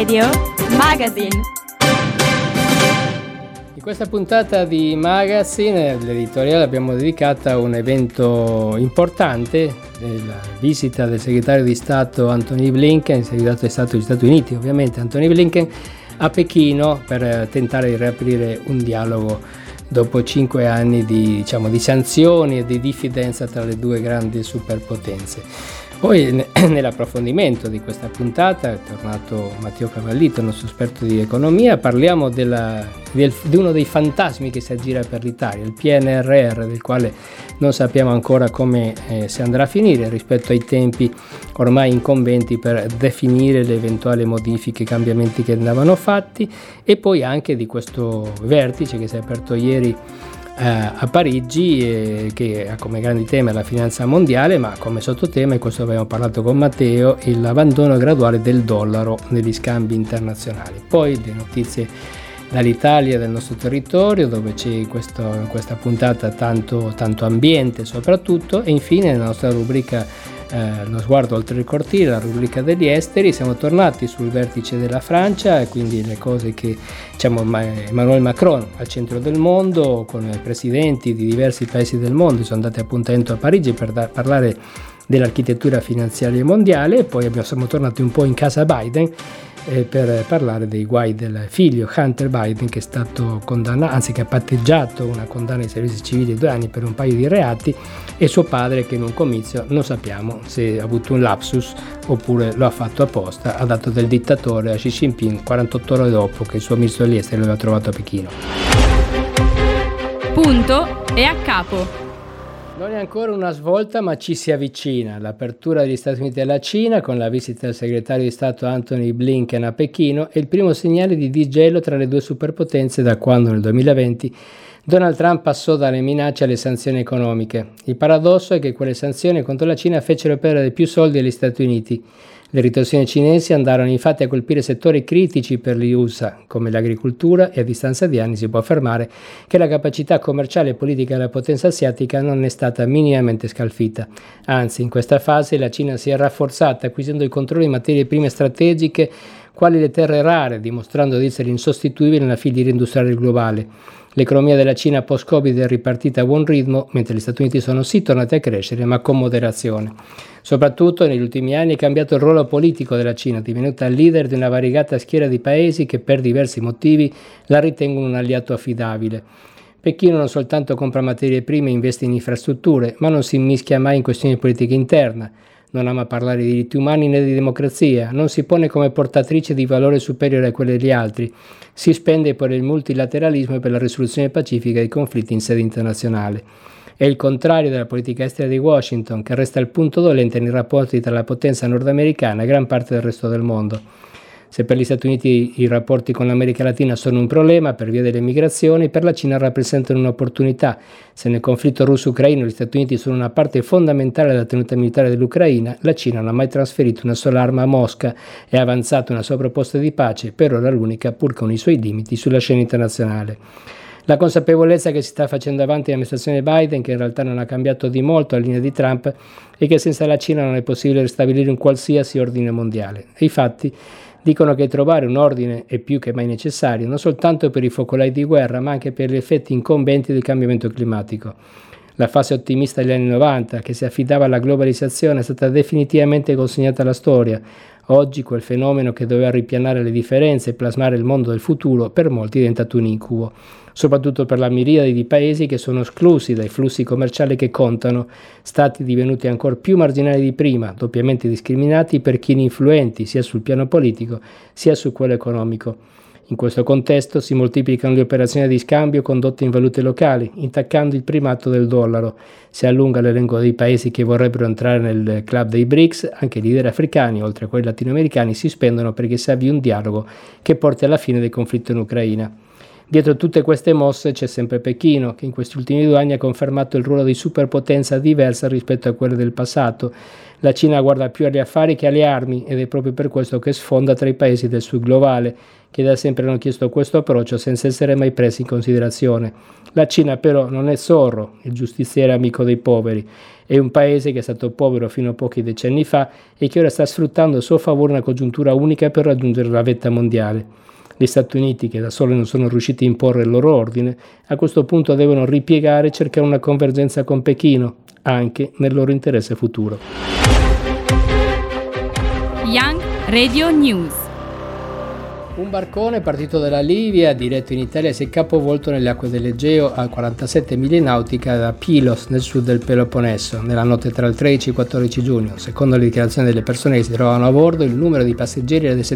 Radio Magazine. In questa puntata di Magazine l'editoriale l'abbiamo dedicata a un evento importante, la visita del segretario di Stato Antony Blinken, il segretario di Stato degli Stati Uniti ovviamente Antony Blinken, a Pechino per tentare di riaprire un dialogo dopo 5 anni di sanzioni e di diffidenza tra le due grandi superpotenze. Poi nell'approfondimento di questa puntata è tornato Matteo Cavallito, il nostro esperto di economia. Parliamo di uno dei fantasmi che si aggira per l'Italia, il PNRR, del quale non sappiamo ancora come si andrà a finire rispetto ai tempi ormai incombenti per definire le eventuali modifiche e cambiamenti che andavano fatti, e poi anche di questo vertice che si è aperto ieri a Parigi, che ha come grandi tema la finanza mondiale, ma come sottotema, e questo abbiamo parlato con Matteo, l'abbandono graduale del dollaro negli scambi internazionali. Poi le notizie dall'Italia, del nostro territorio, dove c'è in questa puntata tanto ambiente soprattutto, e infine la nostra rubrica Lo sguardo oltre il cortile, la rubrica degli esteri. Siamo tornati sul vertice della Francia, e quindi le cose che Emmanuel Macron al centro del mondo, con i presidenti di diversi paesi del mondo, sono andati appuntamento a Parigi per parlare dell'architettura finanziaria mondiale. E poi siamo tornati un po' in casa Biden per parlare dei guai del figlio Hunter Biden, che è stato condannato, anzi che ha patteggiato una condanna ai servizi civili 2 anni per un paio di reati, e suo padre che in un comizio non sappiamo se ha avuto un lapsus oppure lo ha fatto apposta, ha dato del dittatore a Xi Jinping 48 ore dopo che il suo ministro degli esteri lo aveva trovato a Pechino. Punto e a capo. Non è ancora una svolta, ma ci si avvicina. L'apertura degli Stati Uniti alla Cina, con la visita del segretario di Stato Antony Blinken a Pechino, è il primo segnale di disgelo tra le due superpotenze da quando nel 2020 Donald Trump passò dalle minacce alle sanzioni economiche. Il paradosso è che quelle sanzioni contro la Cina fecero perdere più soldi agli Stati Uniti. Le ritorsioni cinesi andarono infatti a colpire settori critici per gli USA, come l'agricoltura, e a distanza di anni si può affermare che la capacità commerciale e politica della potenza asiatica non è stata minimamente scalfita. Anzi, in questa fase la Cina si è rafforzata, acquisendo il controllo di materie prime strategiche quali le terre rare, dimostrando di essere insostituibile nella filiera industriale globale. L'economia della Cina post-Covid è ripartita a buon ritmo, mentre gli Stati Uniti sono sì tornati a crescere, ma con moderazione. Soprattutto negli ultimi anni è cambiato il ruolo politico della Cina, divenuta leader di una variegata schiera di paesi che per diversi motivi la ritengono un alleato affidabile. Pechino non soltanto compra materie prime e investe in infrastrutture, ma non si immischia mai in questioni di politica interna. Non ama parlare di diritti umani né di democrazia, non si pone come portatrice di valore superiore a quelli degli altri, si spende per il multilateralismo e per la risoluzione pacifica dei conflitti in sede internazionale. È il contrario della politica estera di Washington, che resta il punto dolente nei rapporti tra la potenza nordamericana e gran parte del resto del mondo. Se per gli Stati Uniti i rapporti con l'America Latina sono un problema per via delle migrazioni, per la Cina rappresentano un'opportunità. Se nel conflitto russo-ucraino gli Stati Uniti sono una parte fondamentale della tenuta militare dell'Ucraina, la Cina non ha mai trasferito una sola arma a Mosca e ha avanzato una sua proposta di pace, per ora l'unica, pur con i suoi limiti, sulla scena internazionale. La consapevolezza che si sta facendo avanti l'amministrazione Biden, che in realtà non ha cambiato di molto la linea di Trump, è che senza la Cina non è possibile ristabilire un qualsiasi ordine mondiale. E i fatti dicono che trovare un ordine è più che mai necessario, non soltanto per i focolai di guerra, ma anche per gli effetti incombenti del cambiamento climatico. La fase ottimista degli anni 90, che si affidava alla globalizzazione, è stata definitivamente consegnata alla storia. Oggi quel fenomeno che doveva ripianare le differenze e plasmare il mondo del futuro, per molti è diventato un incubo, soprattutto per la miriade di paesi che sono esclusi dai flussi commerciali che contano, stati divenuti ancora più marginali di prima, doppiamente discriminati per chi influenti sia sul piano politico sia su quello economico. In questo contesto si moltiplicano le operazioni di scambio condotte in valute locali, intaccando il primato del dollaro. Si allunga l'elenco dei paesi che vorrebbero entrare nel club dei BRICS, anche i leader africani, oltre a quelli latinoamericani, si spendono perché si avvii un dialogo che porti alla fine del conflitto in Ucraina. Dietro tutte queste mosse c'è sempre Pechino, che in questi ultimi 2 anni ha confermato il ruolo di superpotenza diversa rispetto a quello del passato. La Cina guarda più agli affari che alle armi, ed è proprio per questo che sfonda tra i paesi del sud globale, che da sempre hanno chiesto questo approccio senza essere mai presi in considerazione. La Cina però non è Zorro, il giustiziere amico dei poveri, È un paese che è stato povero fino a pochi decenni fa e che ora sta sfruttando a suo favore una congiuntura unica per raggiungere la vetta mondiale. Gli Stati Uniti, che da soli non sono riusciti a imporre il loro ordine, a questo punto devono ripiegare e cercare una convergenza con Pechino, anche nel loro interesse futuro. Young Radio News. Un barcone partito dalla Libia, diretto in Italia, si è capovolto nelle acque dell'Egeo a 47 miglia nautica da Pylos, nel sud del Peloponneso, nella notte tra il 13 e il 14 giugno. Secondo le dichiarazioni delle persone che si trovavano a bordo, il numero di passeggeri era di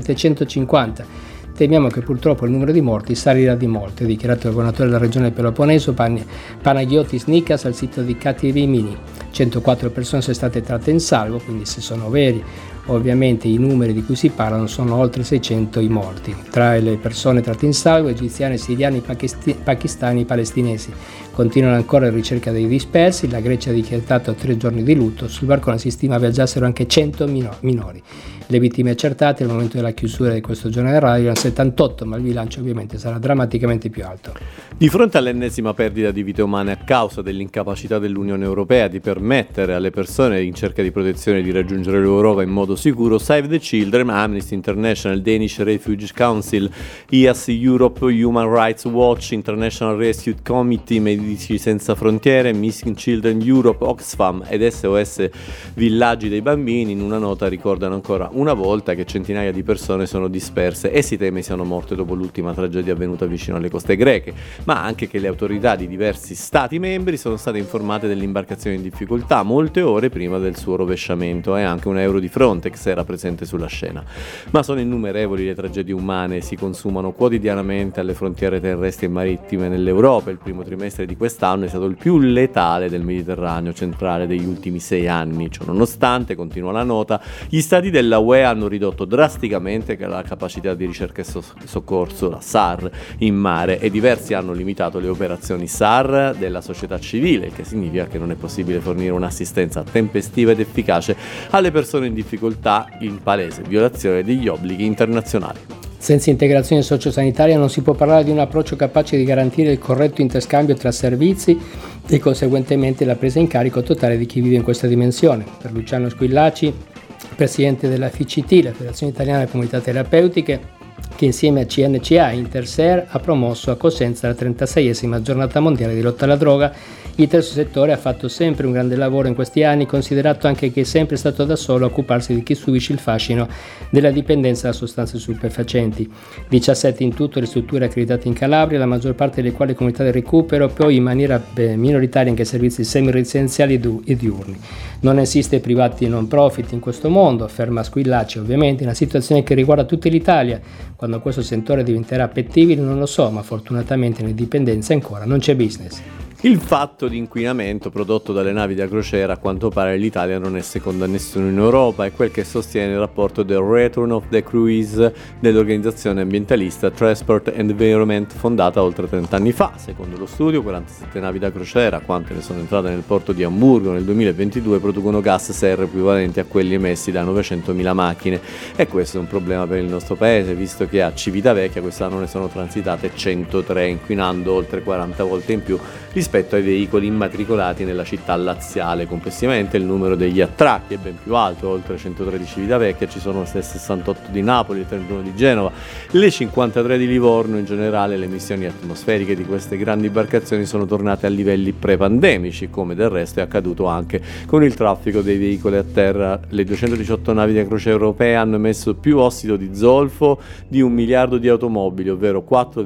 750. Temiamo che purtroppo il numero di morti salirà di molto, ha dichiarato il governatore della regione Peloponneso Panagiotis Nikas al sito di Kati Rimini. 104 persone sono state tratte in salvo, quindi se sono veri ovviamente i numeri di cui si parlano sono oltre 600 i morti. Tra le persone tratte in salvo egiziani, siriani, pakistani e palestinesi. Continuano ancora la ricerca dei dispersi, la Grecia ha dichiarato 3 giorni di lutto, sul barcone si stima viaggiassero anche 100 minori. Le vittime accertate al momento della chiusura di questo giornale radio erano 78, ma il bilancio ovviamente sarà drammaticamente più alto. Di fronte all'ennesima perdita di vite umane a causa dell'incapacità dell'Unione Europea di permettere alle persone in cerca di protezione di raggiungere l'Europa in modo sicuro, Save the Children, Amnesty International, Danish Refugee Council, IAS Europe, Human Rights Watch, International Rescue Committee, Medici Senza Frontiere, Missing Children Europe, Oxfam ed SOS Villaggi dei Bambini in una nota ricordano ancora una volta che centinaia di persone sono disperse e si teme siano morte dopo l'ultima tragedia avvenuta vicino alle coste greche, ma anche che le autorità di diversi stati membri sono state informate dell'imbarcazione in difficoltà molte ore prima del suo rovesciamento e anche un aereo di Frontex era presente sulla scena. Ma sono innumerevoli le tragedie umane, si consumano quotidianamente alle frontiere terrestri e marittime nell'Europa. Il primo trimestre di quest'anno è stato il più letale del Mediterraneo centrale degli ultimi 6 anni. Ciononostante, continua la nota, gli stati della UE hanno ridotto drasticamente la capacità di ricerca e soccorso, la SAR, in mare e diversi hanno limitato le operazioni SAR della società civile, il che significa che non è possibile fornire un'assistenza tempestiva ed efficace alle persone in difficoltà, in palese violazione degli obblighi internazionali. Senza integrazione sociosanitaria non si può parlare di un approccio capace di garantire il corretto interscambio tra servizi e conseguentemente la presa in carico totale di chi vive in questa dimensione. Per Luciano Squillaci, presidente della FICT, la Federazione Italiana delle Comunità Terapeutiche, che insieme a CNCA e Interser ha promosso a Cosenza la 36esima giornata mondiale di lotta alla droga. Il terzo settore ha fatto sempre un grande lavoro in questi anni, considerato anche che è sempre stato da solo a occuparsi di chi subisce il fascino della dipendenza da sostanze stupefacenti. 17 in tutto le strutture accreditate in Calabria, la maggior parte delle quali comunità del recupero, poi in maniera minoritaria anche servizi semi-residenziali e diurni. Non esiste privati non profit in questo mondo, afferma Squillaci, ovviamente, una situazione che riguarda tutta l'Italia. Quando questo settore diventerà appetibile non lo so, ma fortunatamente nelle dipendenze ancora non c'è business. Il fatto di inquinamento prodotto dalle navi da crociera a quanto pare l'Italia non è seconda a nessuno in Europa, è quel che sostiene il rapporto The Return of the Cruise dell'organizzazione ambientalista Transport and Environment fondata oltre 30 anni fa. Secondo lo studio 47 navi da crociera, quante ne sono entrate nel porto di Amburgo nel 2022, producono gas serra equivalenti a quelli emessi da 900.000 macchine e questo è un problema per il nostro paese, visto che a Civitavecchia quest'anno ne sono transitate 103, inquinando oltre 40 volte in più rispetto ai veicoli immatricolati nella città laziale. Complessivamente il numero degli attratti è ben più alto, oltre 113 di Civitavecchia, ci sono le 68 di Napoli, il 31 di Genova, le 53 di Livorno. In generale le emissioni atmosferiche di queste grandi imbarcazioni sono tornate a livelli pre-pandemici, come del resto è accaduto anche con il traffico dei veicoli a terra. Le 218 navi da crociera europee hanno emesso più ossido di zolfo di 1 miliardo di automobili, ovvero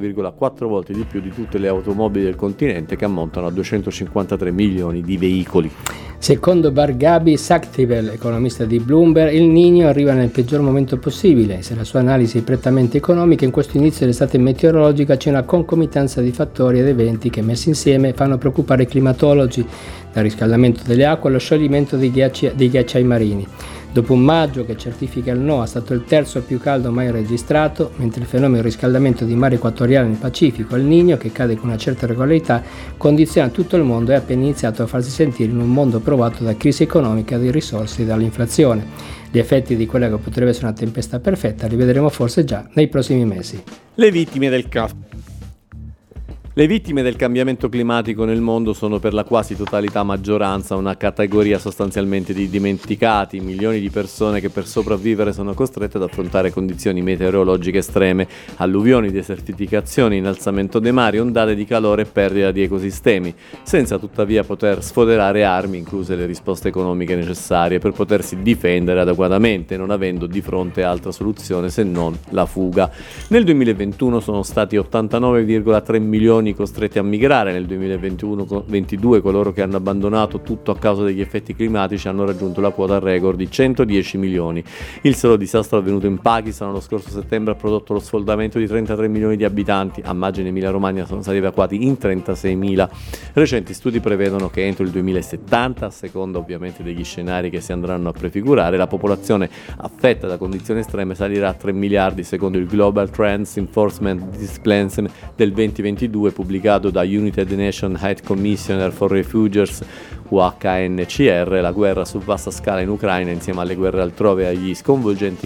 4,4 volte di più di tutte le automobili del continente, che ammontano a 253 milioni di veicoli. Secondo Bargabi Saktivel, economista di Bloomberg, il Niño arriva nel peggior momento possibile. Se la sua analisi è prettamente economica, in questo inizio dell'estate meteorologica c'è una concomitanza di fattori ed eventi che messi insieme fanno preoccupare i climatologi, dal riscaldamento delle acque allo scioglimento dei ghiacciai marini. Dopo un maggio che certifica il NOAA stato il terzo più caldo mai registrato, mentre il fenomeno riscaldamento di mare equatoriale nel Pacifico, il Niño, che cade con una certa regolarità, condiziona tutto il mondo e ha appena iniziato a farsi sentire in un mondo provato da crisi economica, di risorse e dall'inflazione. Gli effetti di quella che potrebbe essere una tempesta perfetta li vedremo forse già nei prossimi mesi. Le vittime del Le vittime del cambiamento climatico nel mondo sono per la quasi totalità maggioranza una categoria sostanzialmente di dimenticati, milioni di persone che per sopravvivere sono costrette ad affrontare condizioni meteorologiche estreme, alluvioni, desertificazioni, innalzamento dei mari, ondate di calore e perdita di ecosistemi, senza tuttavia poter sfoderare armi, incluse le risposte economiche necessarie, per potersi difendere adeguatamente, non avendo di fronte altra soluzione se non la fuga. Nel 2021 sono stati 89,3 milioni costretti a migrare, nel 2021-22 coloro che hanno abbandonato tutto a causa degli effetti climatici hanno raggiunto la quota record di 110 milioni. Il solo disastro avvenuto in Pakistan lo scorso settembre ha prodotto lo sfoldamento di 33 milioni di abitanti, a maggio in Emilia-Romagna sono stati evacuati in 36.000. Recenti studi prevedono che entro il 2070, a seconda ovviamente degli scenari che si andranno a prefigurare, la popolazione affetta da condizioni estreme salirà a 3 miliardi secondo il Global Trends Enforcement Disclaimer del 2022 pubblicato da United Nations High Commissioner for Refugees UNHCR. La guerra su vasta scala in Ucraina, insieme alle guerre altrove e agli sconvolgimenti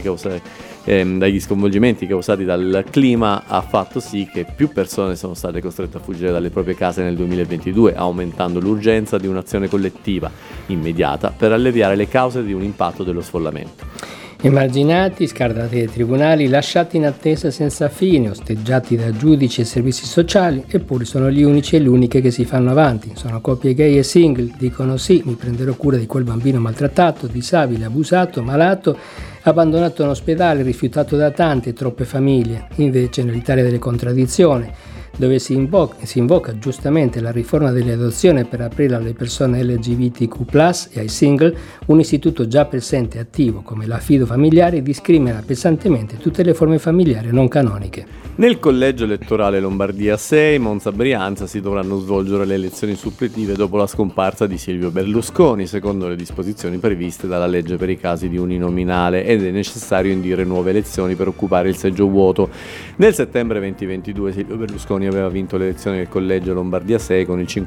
causati dal clima, ha fatto sì che più persone sono state costrette a fuggire dalle proprie case nel 2022, aumentando l'urgenza di un'azione collettiva immediata per alleviare le cause di un impatto dello sfollamento. Emarginati, scartati dai tribunali, lasciati in attesa senza fine, osteggiati da giudici e servizi sociali, eppure sono gli unici e le uniche che si fanno avanti. Sono coppie gay e single, dicono sì, mi prenderò cura di quel bambino maltrattato, disabile, abusato, malato, abbandonato in ospedale, rifiutato da tante, troppe famiglie. Invece nell'Italia delle contraddizioni, dove si invoca giustamente la riforma delle adozioni per aprire alle persone LGBTQ+, e ai single, un istituto già presente e attivo come l'affido familiare discrimina pesantemente tutte le forme familiari non canoniche. Nel collegio elettorale Lombardia 6, Monza Brianza si dovranno svolgere le elezioni suppletive dopo la scomparsa di Silvio Berlusconi, secondo le disposizioni previste dalla legge per i casi di uninominale, ed è necessario indire nuove elezioni per occupare il seggio vuoto. Nel settembre 2022 Silvio Berlusconi aveva vinto le elezioni del collegio Lombardia 6 con il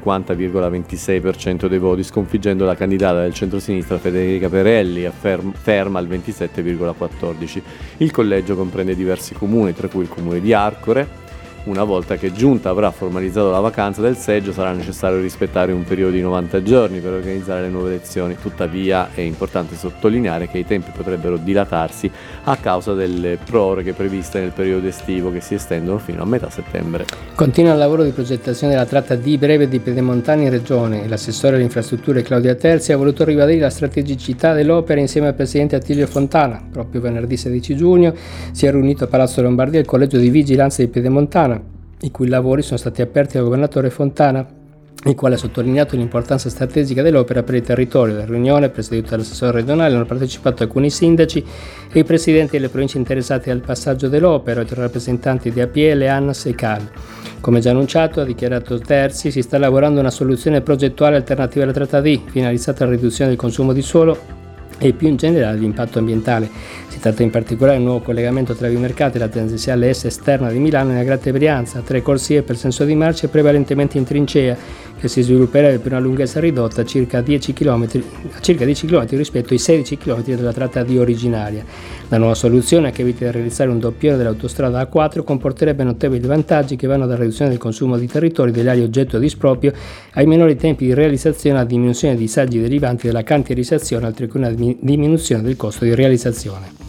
50,26% dei voti, sconfiggendo la candidata del centrosinistra Federica Perelli, ferma al 27,14%. Il collegio comprende diversi comuni, tra cui il comune di Arcore. Una volta che Giunta avrà formalizzato la vacanza del seggio sarà necessario rispettare un periodo di 90 giorni per organizzare le nuove elezioni. Tuttavia è importante sottolineare che i tempi potrebbero dilatarsi a causa delle proroghe previste nel periodo estivo che si estendono fino a metà settembre. Continua il lavoro di progettazione della tratta di breve di Pedemontana in Regione e l'assessore alle infrastrutture Claudia Terzi ha voluto ribadire la strategicità dell'opera insieme al presidente Attilio Fontana. Proprio venerdì 16 giugno si è riunito a Palazzo Lombardia il collegio di vigilanza di Pedemontana, i cui lavori sono stati aperti dal governatore Fontana, il quale ha sottolineato l'importanza strategica dell'opera per il territorio. Alla riunione, presieduta dall'assessore regionale, hanno partecipato alcuni sindaci e i presidenti delle province interessate al passaggio dell'opera, oltre ai rappresentanti di APL, ANAS e CAL. Come già annunciato, ha dichiarato Terzi, si sta lavorando a una soluzione progettuale alternativa alla tratta D, finalizzata alla riduzione del consumo di suolo e più in generale l'impatto ambientale. Si tratta in particolare di un nuovo collegamento tra Vimercate e la tangenziale est esterna di Milano nella Gratte Brianza, 3 corsie per senso di marcia prevalentemente in trincea, che si svilupperebbe per una lunghezza ridotta a circa 10 km rispetto ai 16 km della tratta D originaria. La nuova soluzione, che evita di realizzare un doppione dell'autostrada A4, comporterebbe notevoli vantaggi che vanno dalla riduzione del consumo di territorio delle aree oggetto di esproprio ai minori tempi di realizzazione, alla diminuzione dei disagi derivanti dalla cantierizzazione, oltre che una diminuzione del costo di realizzazione.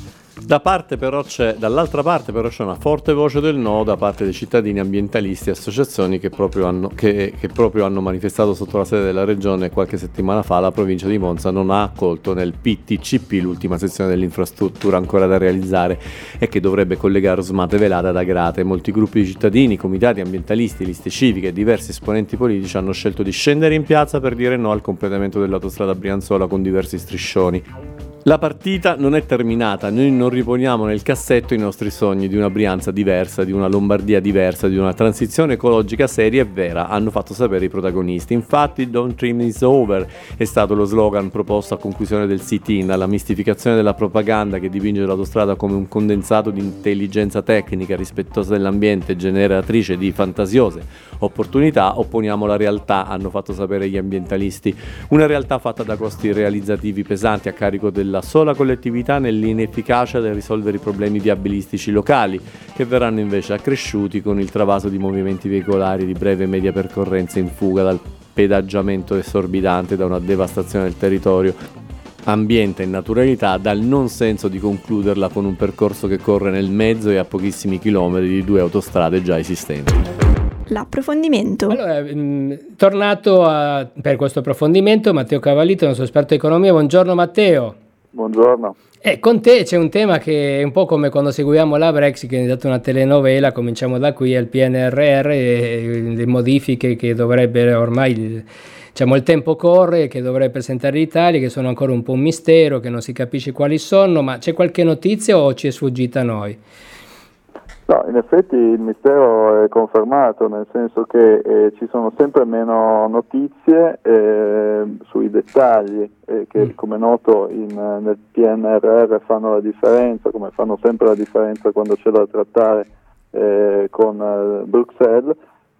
Dall'altra parte però c'è una forte voce del no da parte dei cittadini, ambientalisti e associazioni che proprio hanno manifestato sotto la sede della regione qualche settimana fa. La provincia di Monza non ha accolto nel PTCP l'ultima sezione dell'infrastruttura ancora da realizzare e che dovrebbe collegare Osmate Velada ad Agrate. Molti gruppi di cittadini, comitati ambientalisti, liste civiche e diversi esponenti politici hanno scelto di scendere in piazza per dire no al completamento dell'autostrada Brianzola con diversi striscioni. La partita non è terminata, noi non riponiamo nel cassetto i nostri sogni di una Brianza diversa, di una Lombardia diversa, di una transizione ecologica seria e vera, hanno fatto sapere i protagonisti. Infatti Don't Dream is Over è stato lo slogan proposto a conclusione del sit-in, alla mistificazione della propaganda che dipinge l'autostrada come un condensato di intelligenza tecnica rispettosa dell'ambiente, generatrice di fantasiose opportunità, opponiamo la realtà, hanno fatto sapere gli ambientalisti. Una realtà fatta da costi realizzativi pesanti a carico della sola collettività nell'inefficacia del risolvere i problemi viabilistici locali, che verranno invece accresciuti con il travaso di movimenti veicolari di breve e media percorrenza in fuga dal pedaggiamento esorbitante, da una devastazione del territorio, ambiente e naturalità, dal non senso di concluderla con un percorso che corre nel mezzo e a pochissimi chilometri di 2 autostrade già esistenti. L'approfondimento. Allora, tornato per questo approfondimento Matteo Cavallito, nostro esperto di economia. Buongiorno Matteo. Buongiorno. Con te c'è un tema che è un po' come quando seguiamo la Brexit, che è diventata una telenovela. Cominciamo da qui al PNRR e le modifiche che dovrebbe ormai, diciamo, il tempo corre, che dovrebbe presentare l'Italia, che sono ancora un po' un mistero, che non si capisce quali sono, ma c'è qualche notizia o ci è sfuggita a noi? No, in effetti il mistero è confermato, nel senso che ci sono sempre meno notizie sui dettagli che, come noto, nel PNRR fanno la differenza, come fanno sempre la differenza quando c'è da trattare con Bruxelles.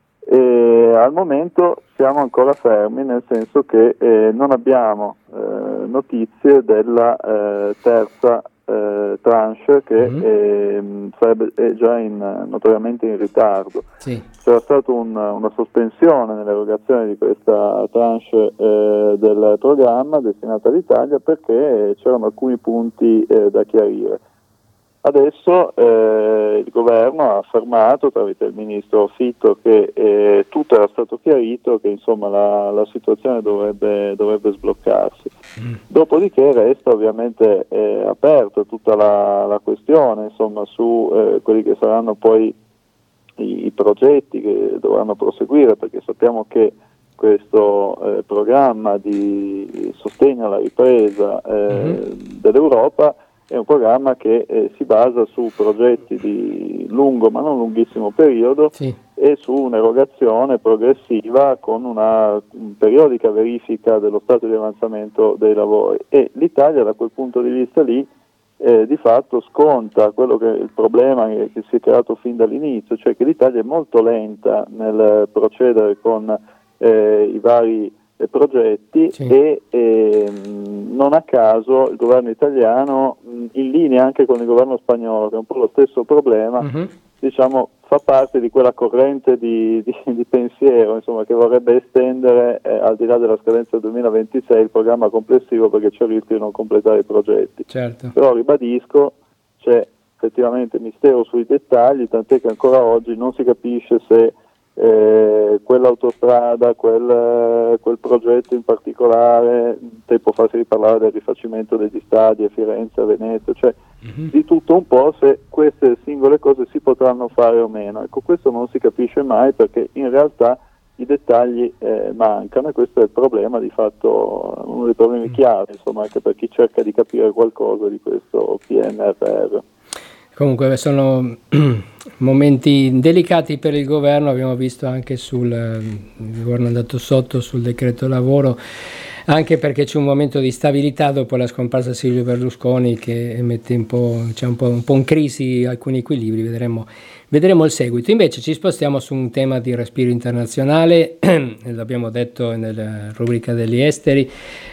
E al momento siamo ancora fermi, nel senso che non abbiamo notizie della terza tranche che è già notoriamente in ritardo. Sì. C'era stata una sospensione nell'erogazione di questa tranche del programma destinata all'Italia perché c'erano alcuni punti da chiarire. Adesso il governo ha affermato tramite il ministro Fitto che tutto era stato chiarito, che insomma la situazione dovrebbe sbloccarsi. Dopodiché resta ovviamente aperta tutta la questione, insomma, su quelli che saranno poi i progetti che dovranno proseguire, perché sappiamo che questo programma di sostegno alla ripresa dell'Europa è un programma che si basa su progetti di lungo ma non lunghissimo periodo, sì, e su un'erogazione progressiva con una periodica verifica dello stato di avanzamento dei lavori. E l'Italia da quel punto di vista lì di fatto sconta quello che è il problema che si è creato fin dall'inizio, cioè che l'Italia è molto lenta nel procedere con i vari progetti, sì, e non a caso il governo italiano, in linea anche con il governo spagnolo, che è un po' lo stesso problema, diciamo, fa parte di quella corrente di pensiero, insomma, che vorrebbe estendere al di là della scadenza del 2026 il programma complessivo, perché c'è il rischio di non completare i progetti. Certo. Però ribadisco, c'è effettivamente mistero sui dettagli, tant'è che ancora oggi non si capisce se quell'autostrada, quel progetto in particolare, tempo fa si riparlava del rifacimento degli stadi a Firenze, a Venezia, cioè di tutto un po', se queste singole cose si potranno fare o meno. Ecco, questo non si capisce mai, perché in realtà i dettagli mancano, e questo è il problema, di fatto uno dei problemi chiave, insomma, anche per chi cerca di capire qualcosa di questo PNRR. Comunque sono momenti delicati per il governo, abbiamo visto anche il governo è andato sotto sul decreto lavoro, anche perché c'è un momento di stabilità dopo la scomparsa di Silvio Berlusconi che mette un po' in crisi alcuni equilibri. Vedremo il seguito. Invece ci spostiamo su un tema di respiro internazionale, l'abbiamo detto nella rubrica degli esteri.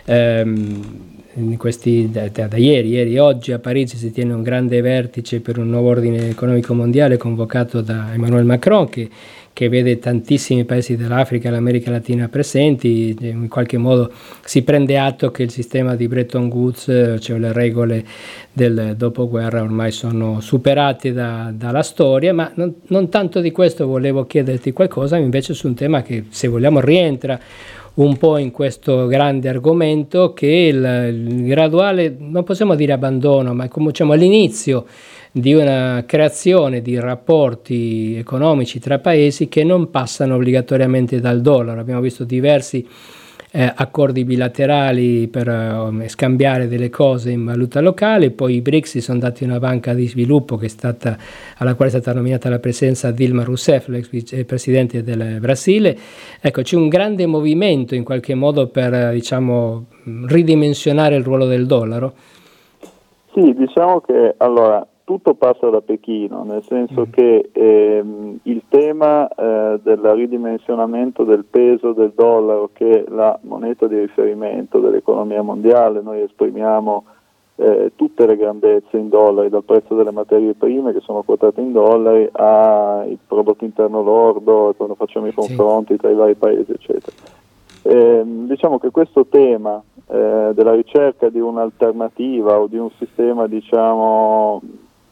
Da ieri oggi a Parigi si tiene un grande vertice per un nuovo ordine economico mondiale convocato da Emmanuel Macron, che vede tantissimi paesi dell'Africa e l'America Latina presenti. In qualche modo si prende atto che il sistema di Bretton Woods, cioè le regole del dopoguerra, ormai sono superate dalla storia, ma non tanto di questo volevo chiederti qualcosa, invece su un tema che, se vogliamo, rientra un po' in questo grande argomento, che è il graduale, non possiamo dire abbandono, ma come diciamo all'inizio di una creazione di rapporti economici tra paesi che non passano obbligatoriamente dal dollaro. Abbiamo visto diversi accordi bilaterali per scambiare delle cose in valuta locale, poi i BRICS sono dati una banca di sviluppo alla quale è stata nominata la presenza Dilma Rousseff, l'ex vicepresidente del Brasile. Ecco, c'è un grande movimento in qualche modo per ridimensionare il ruolo del dollaro. Sì, diciamo che allora tutto passa da Pechino, nel senso che il tema del ridimensionamento del peso del dollaro, che è la moneta di riferimento dell'economia mondiale, noi esprimiamo tutte le grandezze in dollari, dal prezzo delle materie prime che sono quotate in dollari al prodotto interno lordo, quando facciamo i confronti tra i vari paesi, eccetera. Diciamo che questo tema della ricerca di un'alternativa o di un sistema, diciamo,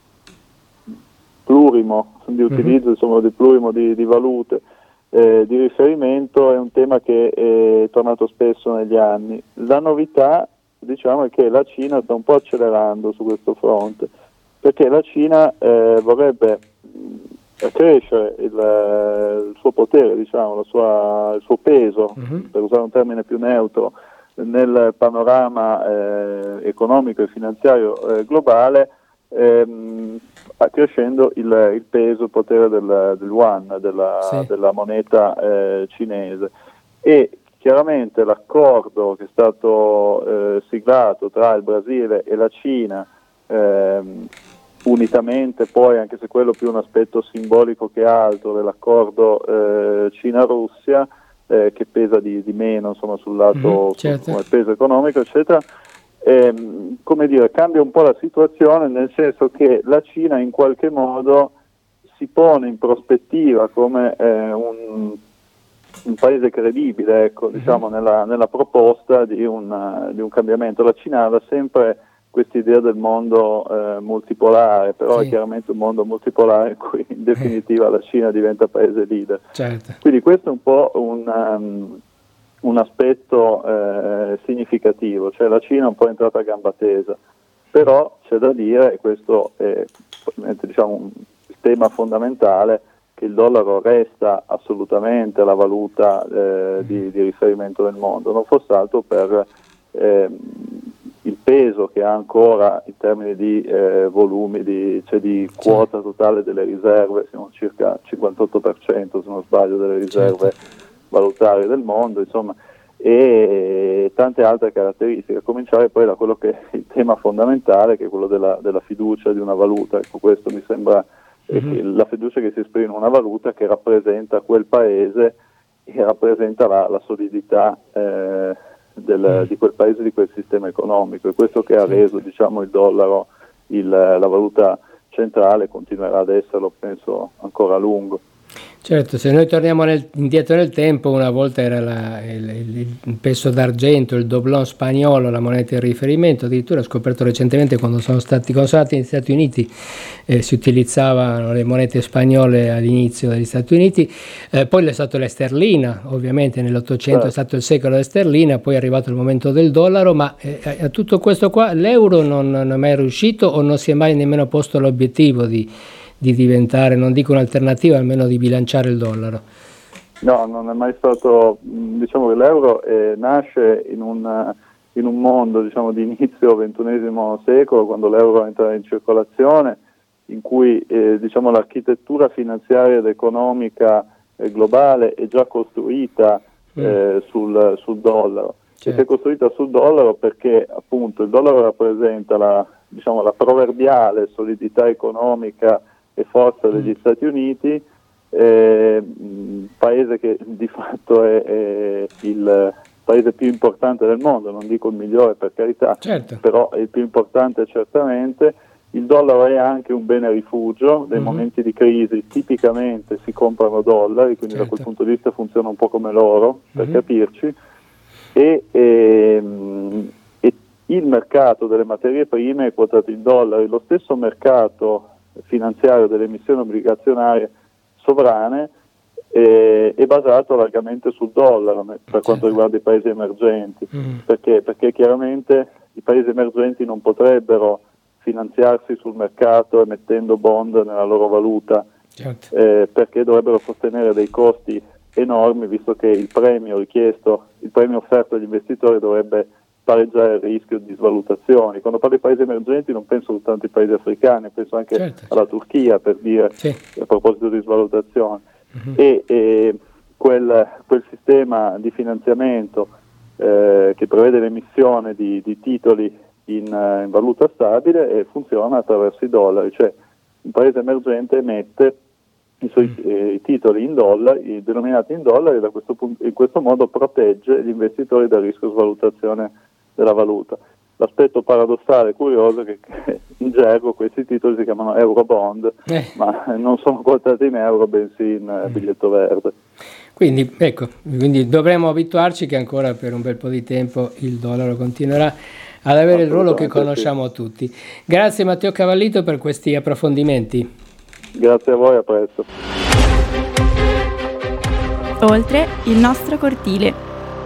plurimo di utilizzo, insomma, di plurimo di valute di riferimento, è un tema che è tornato spesso negli anni. La novità, diciamo, è che la Cina sta un po' accelerando su questo fronte, perché la Cina vorrebbe accrescere il suo potere, diciamo, il suo peso, per usare un termine più neutro, nel panorama economico e finanziario globale, accrescendo il peso, il potere del yuan, della moneta cinese. E chiaramente l'accordo che è stato siglato tra il Brasile e la Cina, unitamente poi, anche se quello più un aspetto simbolico che altro, dell'accordo Cina-Russia, che pesa di meno, insomma, sul lato come peso economico, eccetera, come dire, cambia un po' la situazione, nel senso che la Cina in qualche modo si pone in prospettiva come un paese credibile, ecco, diciamo, nella proposta di un cambiamento. La Cina aveva sempre questa idea del mondo multipolare, però è chiaramente un mondo multipolare in cui in definitiva la Cina diventa paese leader. Quindi questo è un po' un aspetto significativo, cioè la Cina è un po' entrata a gamba tesa, però c'è da dire, e questo è diciamo il tema fondamentale, che il dollaro resta assolutamente la valuta di riferimento del mondo, non fosse altro per il peso che ha ancora in termini di volumi, di quota totale delle riserve, siamo circa 58% se non sbaglio delle riserve valutarie del mondo, insomma, e tante altre caratteristiche, a cominciare poi da quello che è il tema fondamentale, che è quello della fiducia di una valuta. Ecco, questo mi sembra la fiducia che si esprime in una valuta che rappresenta quel paese e rappresenta la solidità di quel paese, di quel sistema economico, e questo che ha reso, diciamo, il dollaro la valuta centrale, continuerà ad esserlo, penso, ancora a lungo. Certo, se noi torniamo indietro nel tempo, una volta era il peso d'argento, il doblon spagnolo, la moneta di riferimento. Addirittura ho scoperto recentemente, quando sono stati negli Stati Uniti, si utilizzavano le monete spagnole all'inizio degli Stati Uniti, poi è stato la sterlina, ovviamente nell'Ottocento è stato il secolo della sterlina, poi è arrivato il momento del dollaro, ma a tutto questo qua l'euro non è mai riuscito, o non si è mai nemmeno posto l'obiettivo di diventare, non dico un'alternativa, almeno di bilanciare il dollaro? No, non è mai stato, diciamo che l'euro nasce in un mondo, diciamo, di inizio XXI secolo, quando l'euro entra in circolazione, in cui diciamo, l'architettura finanziaria ed economica globale è già costruita sul dollaro. E si è costruita sul dollaro perché appunto il dollaro rappresenta la proverbiale solidità economica e forza degli Stati Uniti, paese che di fatto è il paese più importante del mondo, non dico il migliore per carità, però è il più importante certamente. Il dollaro è anche un bene rifugio, nei momenti di crisi tipicamente si comprano dollari, quindi da quel punto di vista funziona un po' come l'oro, per capirci, e il mercato delle materie prime è quotato in dollari. Lo stesso mercato finanziario delle emissioni obbligazionarie sovrane è basato largamente sul dollaro per quanto riguarda i paesi emergenti, perché chiaramente i paesi emergenti non potrebbero finanziarsi sul mercato emettendo bond nella loro valuta, perché dovrebbero sostenere dei costi enormi, visto che il premio offerto agli investitori dovrebbe pareggiare il rischio di svalutazioni. Quando parlo di paesi emergenti non penso soltanto ai paesi africani, penso anche alla Turchia, per dire, a proposito di svalutazioni. E quel sistema di finanziamento che prevede l'emissione di titoli in valuta stabile e funziona attraverso i dollari, cioè un paese emergente emette i suoi titoli in dollari, denominati in dollari, e in questo modo protegge gli investitori dal rischio svalutazione della valuta. L'aspetto paradossale e curioso è che in gergo questi titoli si chiamano Eurobond, ma non sono quotati in euro, bensì in biglietto verde. Quindi dovremmo abituarci che ancora per un bel po' di tempo il dollaro continuerà ad avere il ruolo che conosciamo tutti. Grazie Matteo Cavallito per questi approfondimenti. Grazie a voi, a presto. Oltre il nostro cortile.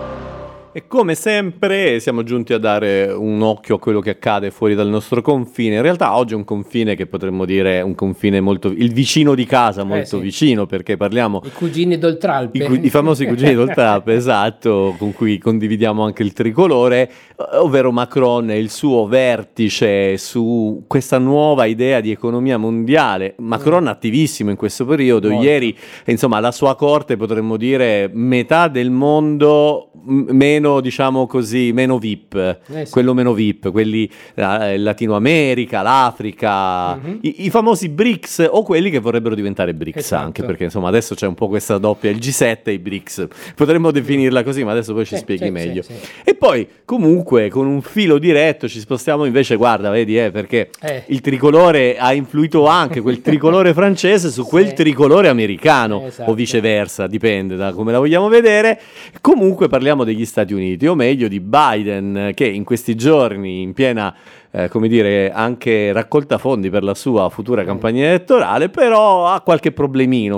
E come sempre siamo giunti a dare un occhio a quello che accade fuori dal nostro confine. In realtà oggi è un confine che potremmo dire un confine molto, il vicino di casa, molto vicino, perché parliamo... I cugini d'Oltralpe. I famosi cugini d'Oltralpe, esatto, con cui condividiamo anche il tricolore, ovvero Macron e il suo vertice su questa nuova idea di economia mondiale. Macron attivissimo in questo periodo, molto. Ieri, insomma, la sua corte, potremmo dire, metà del mondo meno, diciamo così, meno VIP, quello meno VIP, quelli Latino America, l'Africa, i famosi BRICS o quelli che vorrebbero diventare BRICS, esatto. Anche perché insomma adesso c'è un po' questa doppia, il G7 e i BRICS, potremmo definirla così, ma adesso poi ci spieghi meglio. E poi comunque con un filo diretto ci spostiamo invece, guarda, vedi, perché il tricolore ha influito anche, quel tricolore francese su quel tricolore americano, esatto. O viceversa, dipende da come la vogliamo vedere. Comunque parliamo degli Stati Uniti, o meglio di Biden, che in questi giorni in piena come dire, anche raccolta fondi per la sua futura campagna elettorale, però ha qualche problemino,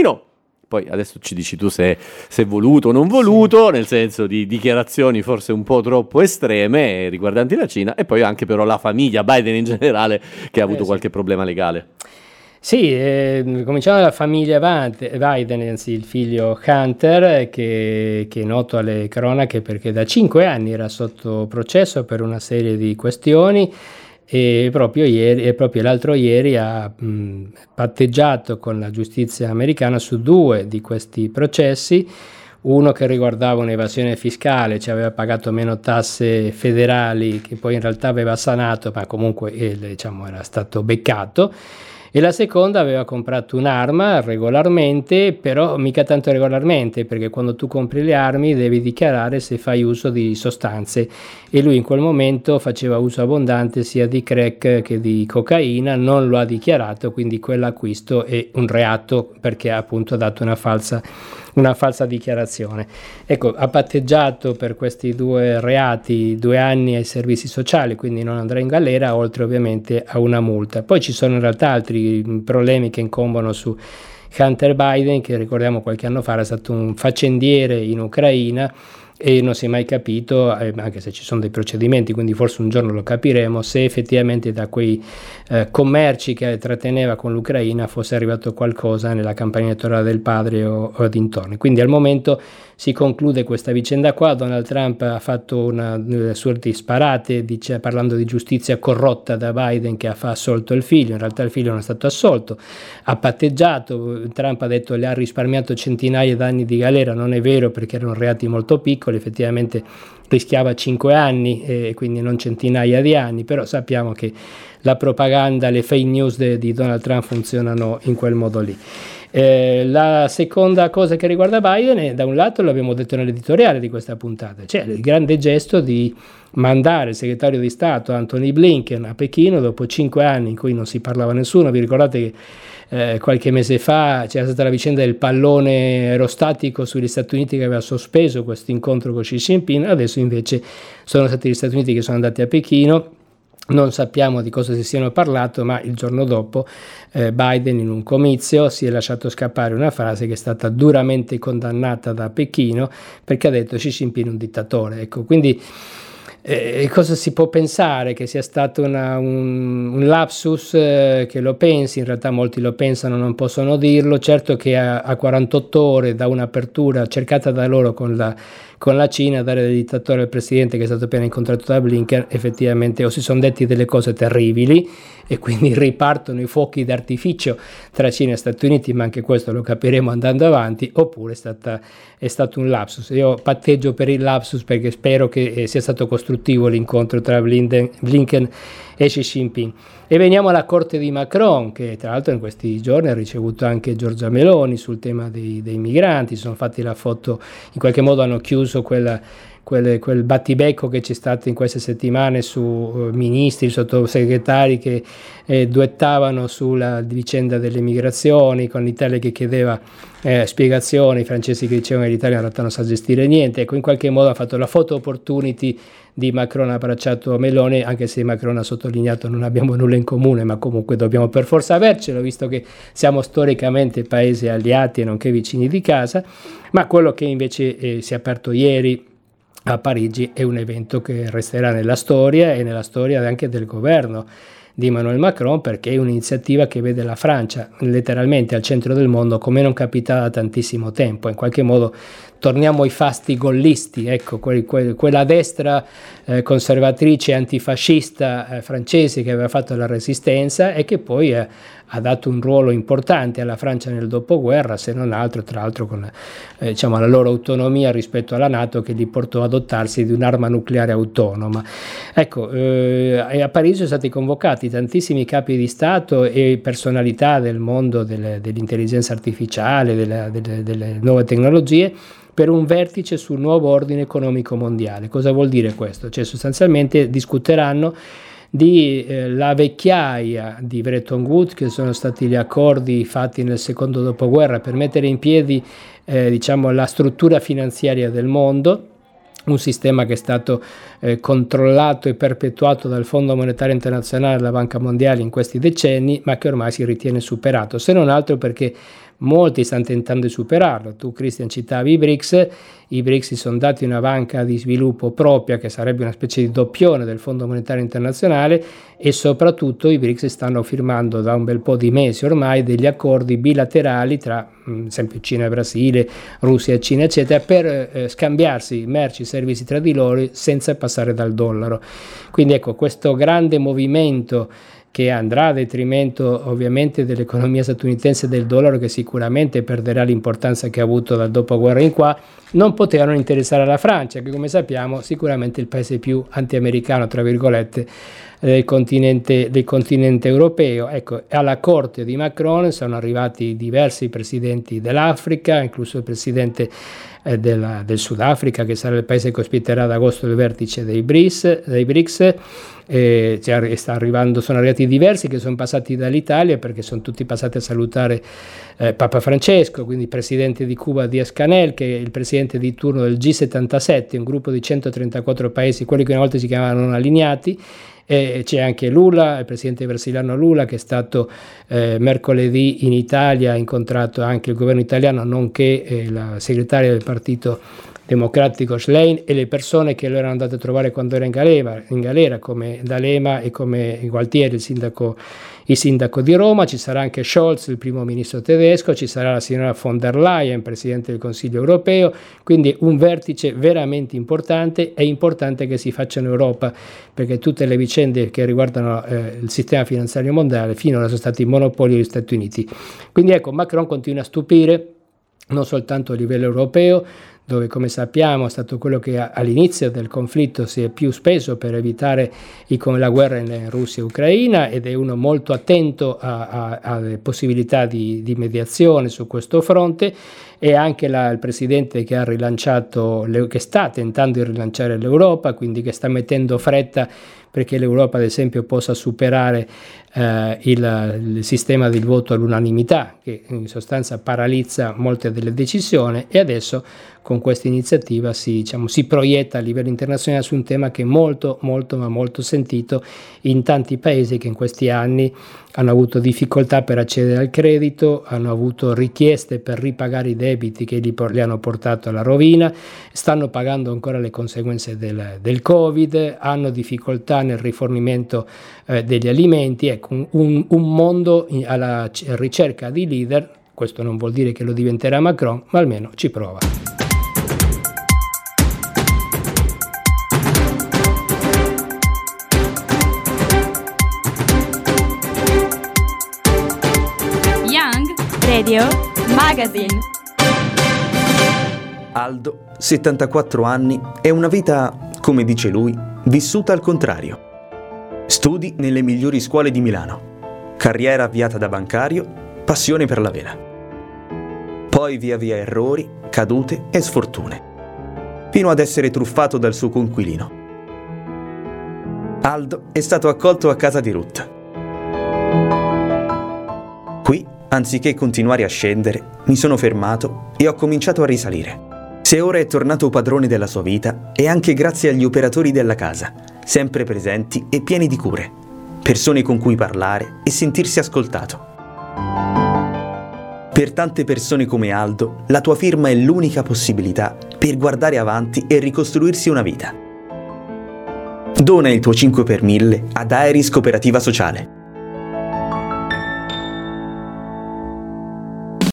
poi adesso ci dici tu se è voluto o non voluto, nel senso di dichiarazioni forse un po' troppo estreme riguardanti la Cina, e poi anche però la famiglia Biden in generale che ha avuto qualche problema legale. Sì, cominciamo dalla famiglia Biden, anzi il figlio Hunter, che è noto alle cronache perché da 5 anni era sotto processo per una serie di questioni, e proprio l'altro ieri ha patteggiato con la giustizia americana su 2 di questi processi. Uno che riguardava un'evasione fiscale, cioè aveva pagato meno tasse federali, che poi in realtà aveva sanato, ma comunque era stato beccato. E la seconda aveva comprato un'arma regolarmente, però mica tanto regolarmente, perché quando tu compri le armi devi dichiarare se fai uso di sostanze, e lui in quel momento faceva uso abbondante sia di crack che di cocaina, non lo ha dichiarato, quindi quell'acquisto è un reato perché ha appunto dato una falsa dichiarazione. Ecco, ha patteggiato per questi 2 reati 2 anni ai servizi sociali, quindi non andrà in galera, oltre ovviamente a una multa. Poi ci sono in realtà altri problemi che incombono su Hunter Biden, che ricordiamo qualche anno fa era stato un faccendiere in Ucraina, e non si è mai capito, anche se ci sono dei procedimenti, quindi forse un giorno lo capiremo, se effettivamente da quei commerci che tratteneva con l'Ucraina fosse arrivato qualcosa nella campagna elettorale del padre o dintorni. Quindi al momento si conclude questa vicenda qua. Donald Trump ha fatto una sorta di sparate parlando di giustizia corrotta da Biden, che ha assolto il figlio. In realtà il figlio non è stato assolto, ha patteggiato. Trump ha detto le ha risparmiato centinaia d'anni di galera. Non è vero, perché erano reati molto piccoli, effettivamente rischiava 5 anni e quindi non centinaia di anni, però sappiamo che la propaganda, le fake news di Donald Trump funzionano in quel modo lì. La seconda cosa che riguarda Biden è, da un lato, l'abbiamo detto nell'editoriale di questa puntata, cioè il grande gesto di mandare il segretario di Stato Anthony Blinken a Pechino dopo 5 anni in cui non si parlava nessuno. Vi ricordate che qualche mese fa c'era stata la vicenda del pallone aerostatico sugli Stati Uniti che aveva sospeso questo incontro con Xi Jinping? Adesso invece sono stati gli Stati Uniti che sono andati a Pechino. Non sappiamo di cosa si siano parlato, ma il giorno dopo Biden in un comizio si è lasciato scappare una frase che è stata duramente condannata da Pechino, perché ha detto Xi Jinping è un dittatore. Ecco, quindi cosa si può pensare? Che sia stato un lapsus, che lo pensi, in realtà molti lo pensano, non possono dirlo. Certo che a 48 ore da un'apertura cercata da loro con la Cina, dare del dittatore al presidente che è stato appena incontrato da Blinken, effettivamente o si sono detti delle cose terribili e quindi ripartono i fuochi d'artificio tra Cina e Stati Uniti, ma anche questo lo capiremo andando avanti, oppure è stato un lapsus. Io patteggio per il lapsus perché spero che sia stato costruito costruttivo l'incontro tra Blinken e Xi Jinping. E veniamo alla corte di Macron, che tra l'altro in questi giorni ha ricevuto anche Giorgia Meloni sul tema dei migranti. Si sono fatti la foto, in qualche modo hanno chiuso quel battibecco che c'è stato in queste settimane su ministri, sottosegretari che duettavano sulla vicenda delle migrazioni, con l'Italia che chiedeva spiegazioni, i francesi che dicevano che l'Italia in realtà non sa gestire niente. Ecco, in qualche modo ha fatto la photo opportunity di Macron, ha abbracciato Meloni, anche se Macron ha sottolineato non abbiamo nulla in comune, ma comunque dobbiamo per forza avercelo, visto che siamo storicamente paesi alleati e nonché vicini di casa. Ma quello che invece si è aperto ieri a Parigi è un evento che resterà nella storia e nella storia anche del governo di Emmanuel Macron, perché è un'iniziativa che vede la Francia letteralmente al centro del mondo come non capitava da tantissimo tempo. In qualche modo torniamo ai fasti gollisti, ecco, quella destra conservatrice antifascista francese che aveva fatto la resistenza e che poi ha dato un ruolo importante alla Francia nel dopoguerra, se non altro, tra l'altro con la loro autonomia rispetto alla NATO, che li portò a dotarsi di un'arma nucleare autonoma. Ecco, a Parigi sono stati convocati tantissimi capi di Stato e personalità del mondo dell'intelligenza artificiale, delle nuove tecnologie, per un vertice sul nuovo ordine economico mondiale. Cosa vuol dire questo? Cioè sostanzialmente discuteranno di la vecchiaia di Bretton Woods, che sono stati gli accordi fatti nel secondo dopoguerra per mettere in piedi la struttura finanziaria del mondo, un sistema che è stato controllato e perpetuato dal Fondo Monetario Internazionale e dalla Banca Mondiale in questi decenni, ma che ormai si ritiene superato, se non altro perché molti stanno tentando di superarlo. Tu, Christian, citavi i BRICS si sono dati una banca di sviluppo propria che sarebbe una specie di doppione del Fondo Monetario Internazionale, e soprattutto i BRICS stanno firmando da un bel po' di mesi ormai degli accordi bilaterali tra ad esempio Cina e Brasile, Russia e Cina eccetera, per scambiarsi merci e servizi tra di loro senza passare dal dollaro. Quindi ecco, questo grande movimento che andrà a detrimento ovviamente dell'economia statunitense e del dollaro, che sicuramente perderà l'importanza che ha avuto dal dopoguerra in qua, non potevano interessare alla Francia, che come sappiamo sicuramente è il paese più anti-americano, tra virgolette, del continente europeo. Ecco, alla corte di Macron sono arrivati diversi presidenti dell'Africa, incluso il presidente del Sudafrica, che sarà il paese che ospiterà ad agosto il vertice dei BRICS. Sono arrivati diversi che sono passati dall'Italia, perché sono tutti passati a salutare Papa Francesco, quindi il presidente di Cuba Díaz-Canel, che è il presidente di turno del G77, un gruppo di 134 paesi, quelli che una volta si chiamavano non allineati. C'è anche Lula, il presidente brasiliano Lula, che è stato mercoledì in Italia, ha incontrato anche il governo italiano, nonché la segretaria del Partito Democratico Schlein e le persone che lo erano andate a trovare quando era in galera, come D'Alema e come Gualtieri, il sindaco di Roma. Ci sarà anche Scholz, il primo ministro tedesco, ci sarà la signora von der Leyen, presidente del Consiglio europeo, quindi un vertice veramente importante. È importante che si faccia in Europa, perché tutte le vicende che riguardano il sistema finanziario mondiale finora sono stati monopolio degli Stati Uniti. Quindi ecco, Macron continua a stupire, non soltanto a livello europeo, dove come sappiamo è stato quello che all'inizio del conflitto si è più speso per evitare la guerra in Russia e Ucraina, ed è uno molto attento alle possibilità di mediazione su questo fronte, e anche il presidente che ha rilanciato, che sta tentando di rilanciare l'Europa, quindi che sta mettendo fretta perché l'Europa ad esempio possa superare il sistema del voto all'unanimità, che in sostanza paralizza molte delle decisioni, e adesso con questa iniziativa si proietta a livello internazionale su un tema che è molto sentito in tanti paesi che in questi anni hanno avuto difficoltà per accedere al credito, hanno avuto richieste per ripagare i debiti che li hanno portato alla rovina, stanno pagando ancora le conseguenze del Covid, hanno difficoltà nel rifornimento degli alimenti. Ecco, un mondo alla ricerca di leader. Questo non vuol dire che lo diventerà Macron, ma almeno ci prova. Radio Magazine. Aldo, 74 anni e una vita, come dice lui, vissuta al contrario. Studi nelle migliori scuole di Milano. Carriera avviata da bancario, passione per la vela. Poi via via errori, cadute e sfortune, fino ad essere truffato dal suo coinquilino. Aldo è stato accolto a casa di Ruth. Qui, anziché continuare a scendere, mi sono fermato e ho cominciato a risalire. Se ora è tornato padrone della sua vita, è anche grazie agli operatori della casa, sempre presenti e pieni di cure, persone con cui parlare e sentirsi ascoltato. Per tante persone come Aldo, la tua firma è l'unica possibilità per guardare avanti e ricostruirsi una vita. Dona il tuo 5 per 1000 ad Aeris Cooperativa Sociale.